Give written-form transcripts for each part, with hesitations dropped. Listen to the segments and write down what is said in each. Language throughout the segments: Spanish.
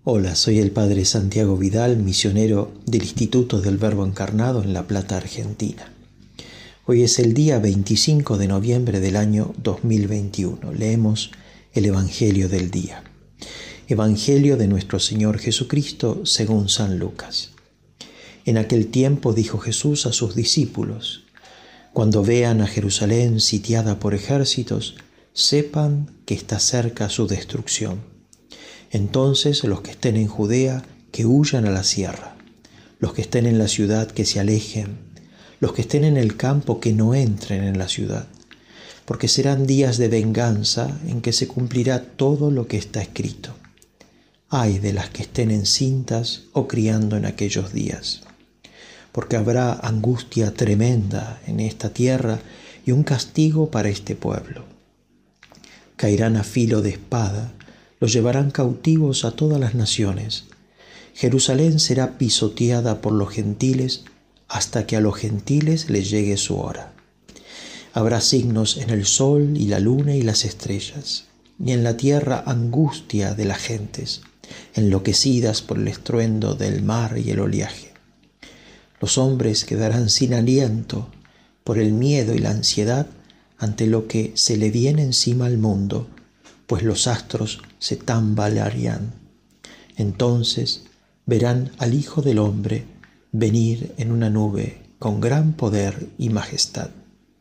Hola, soy el Padre Santiago Vidal, misionero del Instituto del Verbo Encarnado en La Plata, Argentina. Hoy es el día 25 de noviembre del año 2021. Leemos el Evangelio del día. Evangelio de nuestro Señor Jesucristo según San Lucas. En aquel tiempo dijo Jesús a sus discípulos: Cuando vean a Jerusalén sitiada por ejércitos, sepan que está cerca su destrucción. Entonces los que estén en Judea, que huyan a la sierra; los que estén en la ciudad, que se alejen; los que estén en el campo, que no entren en la ciudad. Porque serán días de venganza en que se cumplirá todo lo que está escrito. Ay de las que estén encintas o criando en aquellos días. Porque habrá angustia tremenda en esta tierra y un castigo para este pueblo. Caerán a filo de espada, los llevarán cautivos a todas las naciones. Jerusalén será pisoteada por los gentiles hasta que a los gentiles les llegue su hora. Habrá signos en el sol y la luna y las estrellas, y en la tierra angustia de las gentes, enloquecidas por el estruendo del mar y el oleaje. Los hombres quedarán sin aliento por el miedo y la ansiedad ante lo que se le viene encima al mundo, pues los astros se tambalearán. Entonces verán al Hijo del Hombre venir en una nube con gran poder y majestad.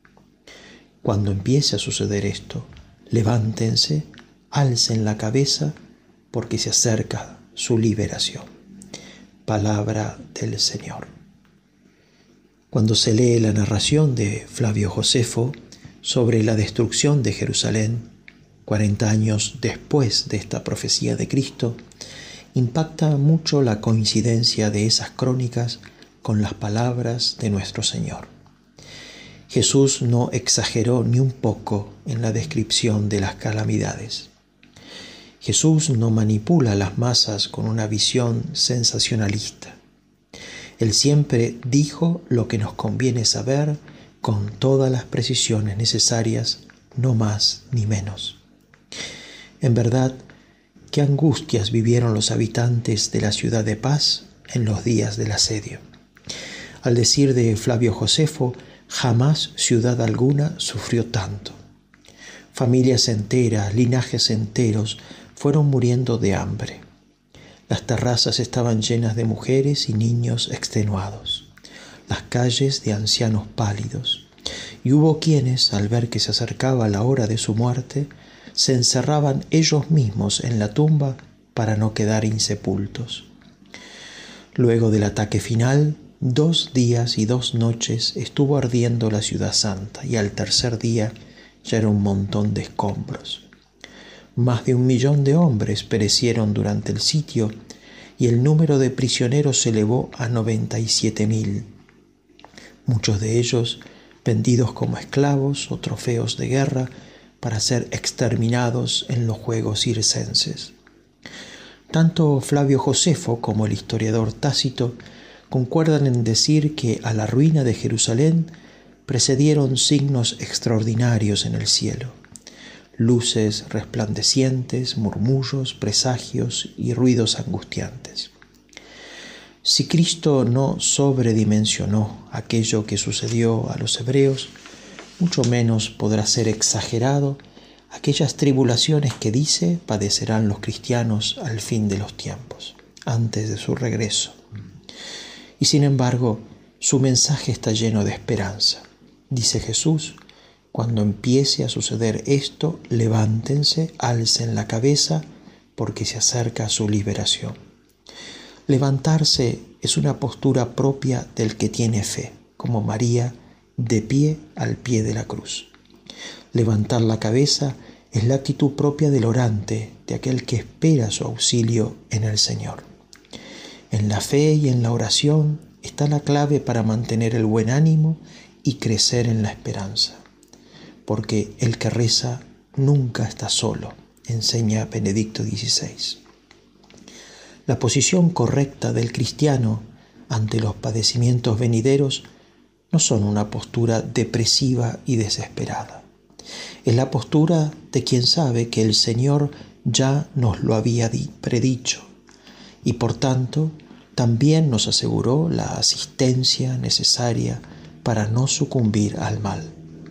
Cuando empiece a suceder esto, levántense, alcen la cabeza, porque se acerca su liberación. Palabra del Señor. Cuando se lee la narración de Flavio Josefo sobre la destrucción de Jerusalén, 40 años después de esta profecía de Cristo, impacta mucho la coincidencia de esas crónicas con las palabras de nuestro Señor. Jesús no exageró ni un poco en la descripción de las calamidades. Jesús no manipula a las masas con una visión sensacionalista. Él siempre dijo lo que nos conviene saber con todas las precisiones necesarias, no más ni menos. En verdad, qué angustias vivieron los habitantes de la ciudad de paz en los días del asedio. Al decir de Flavio Josefo, jamás ciudad alguna sufrió tanto. Familias enteras, linajes enteros fueron muriendo de hambre. Las terrazas estaban llenas de mujeres y niños extenuados, las calles de ancianos pálidos. Y hubo quienes, al ver que se acercaba la hora de su muerte, se encerraban ellos mismos en la tumba para no quedar insepultos. Luego del ataque final, 2 días y 2 noches estuvo ardiendo la ciudad santa, y al tercer día ya era un montón de escombros. Más de 1 millón de hombres perecieron durante el sitio, y el número de prisioneros se elevó a 97.000. Muchos de ellos vendidos como esclavos o trofeos de guerra para ser exterminados en los juegos circenses. Tanto Flavio Josefo como el historiador Tácito concuerdan en decir que a la ruina de Jerusalén precedieron signos extraordinarios en el cielo: luces resplandecientes, murmullos, presagios y ruidos angustiantes. Si Cristo no sobredimensionó aquello que sucedió a los hebreos, mucho menos podrá ser exagerado aquellas tribulaciones que dice padecerán los cristianos al fin de los tiempos, antes de su regreso. Y sin embargo, su mensaje está lleno de esperanza. Dice Jesús: cuando empiece a suceder esto, levántense, alcen la cabeza, porque se acerca su liberación. Levantarse es una postura propia del que tiene fe, como María, de pie al pie de la cruz. Levantar la cabeza es la actitud propia del orante, de aquel que espera su auxilio en el Señor. En la fe y en la oración está la clave para mantener el buen ánimo y crecer en la esperanza, porque el que reza nunca está solo, enseña Benedicto XVI. La posición correcta del cristiano ante los padecimientos venideros no son una postura depresiva y desesperada. Es la postura de quien sabe que el Señor ya nos lo había predicho. y por tanto también nos aseguró la asistencia necesaria para no sucumbir al mal.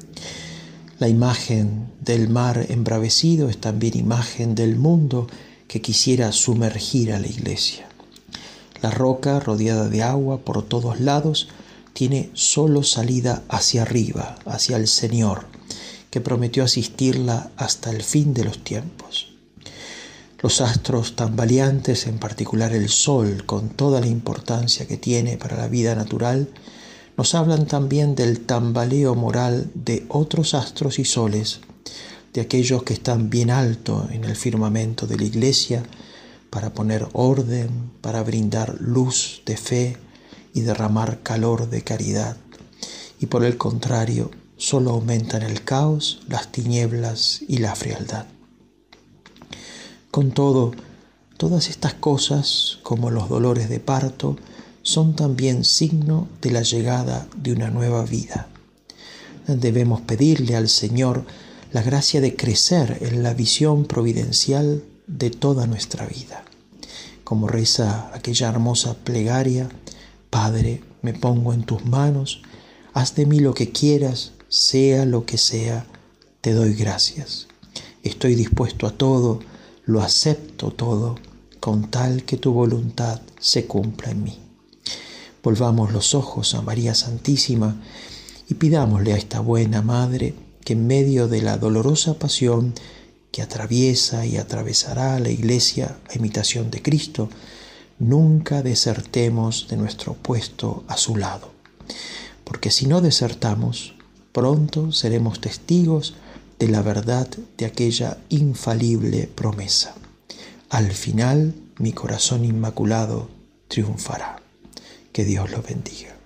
La imagen del mar embravecido es también imagen del mundo que quisiera sumergir a la Iglesia. La roca, rodeada de agua por todos lados, tiene solo salida hacia arriba, hacia el Señor, que prometió asistirla hasta el fin de los tiempos. Los astros tambaleantes, en particular el Sol, con toda la importancia que tiene para la vida natural, nos hablan también del tambaleo moral de otros astros y soles, de aquellos que están bien alto en el firmamento de la Iglesia, para poner orden, para brindar luz de fe y derramar calor de caridad. Y por el contrario, solo aumentan el caos, las tinieblas y la frialdad. Con todo, todas estas cosas, como los dolores de parto, son también signo de la llegada de una nueva vida. Debemos pedirle al Señor la gracia de crecer en la visión providencial de toda nuestra vida. Como reza aquella hermosa plegaria: Padre, me pongo en tus manos, haz de mí lo que quieras, sea lo que sea, te doy gracias. Estoy dispuesto a todo, lo acepto todo, con tal que tu voluntad se cumpla en mí. Volvamos los ojos a María Santísima y pidámosle a esta buena Madre que en medio de la dolorosa pasión que atraviesa y atravesará la Iglesia a imitación de Cristo, nunca desertemos de nuestro puesto a su lado. Porque si no desertamos, pronto seremos testigos de la verdad de aquella infalible promesa. Al final, mi corazón inmaculado triunfará. Que Dios los bendiga.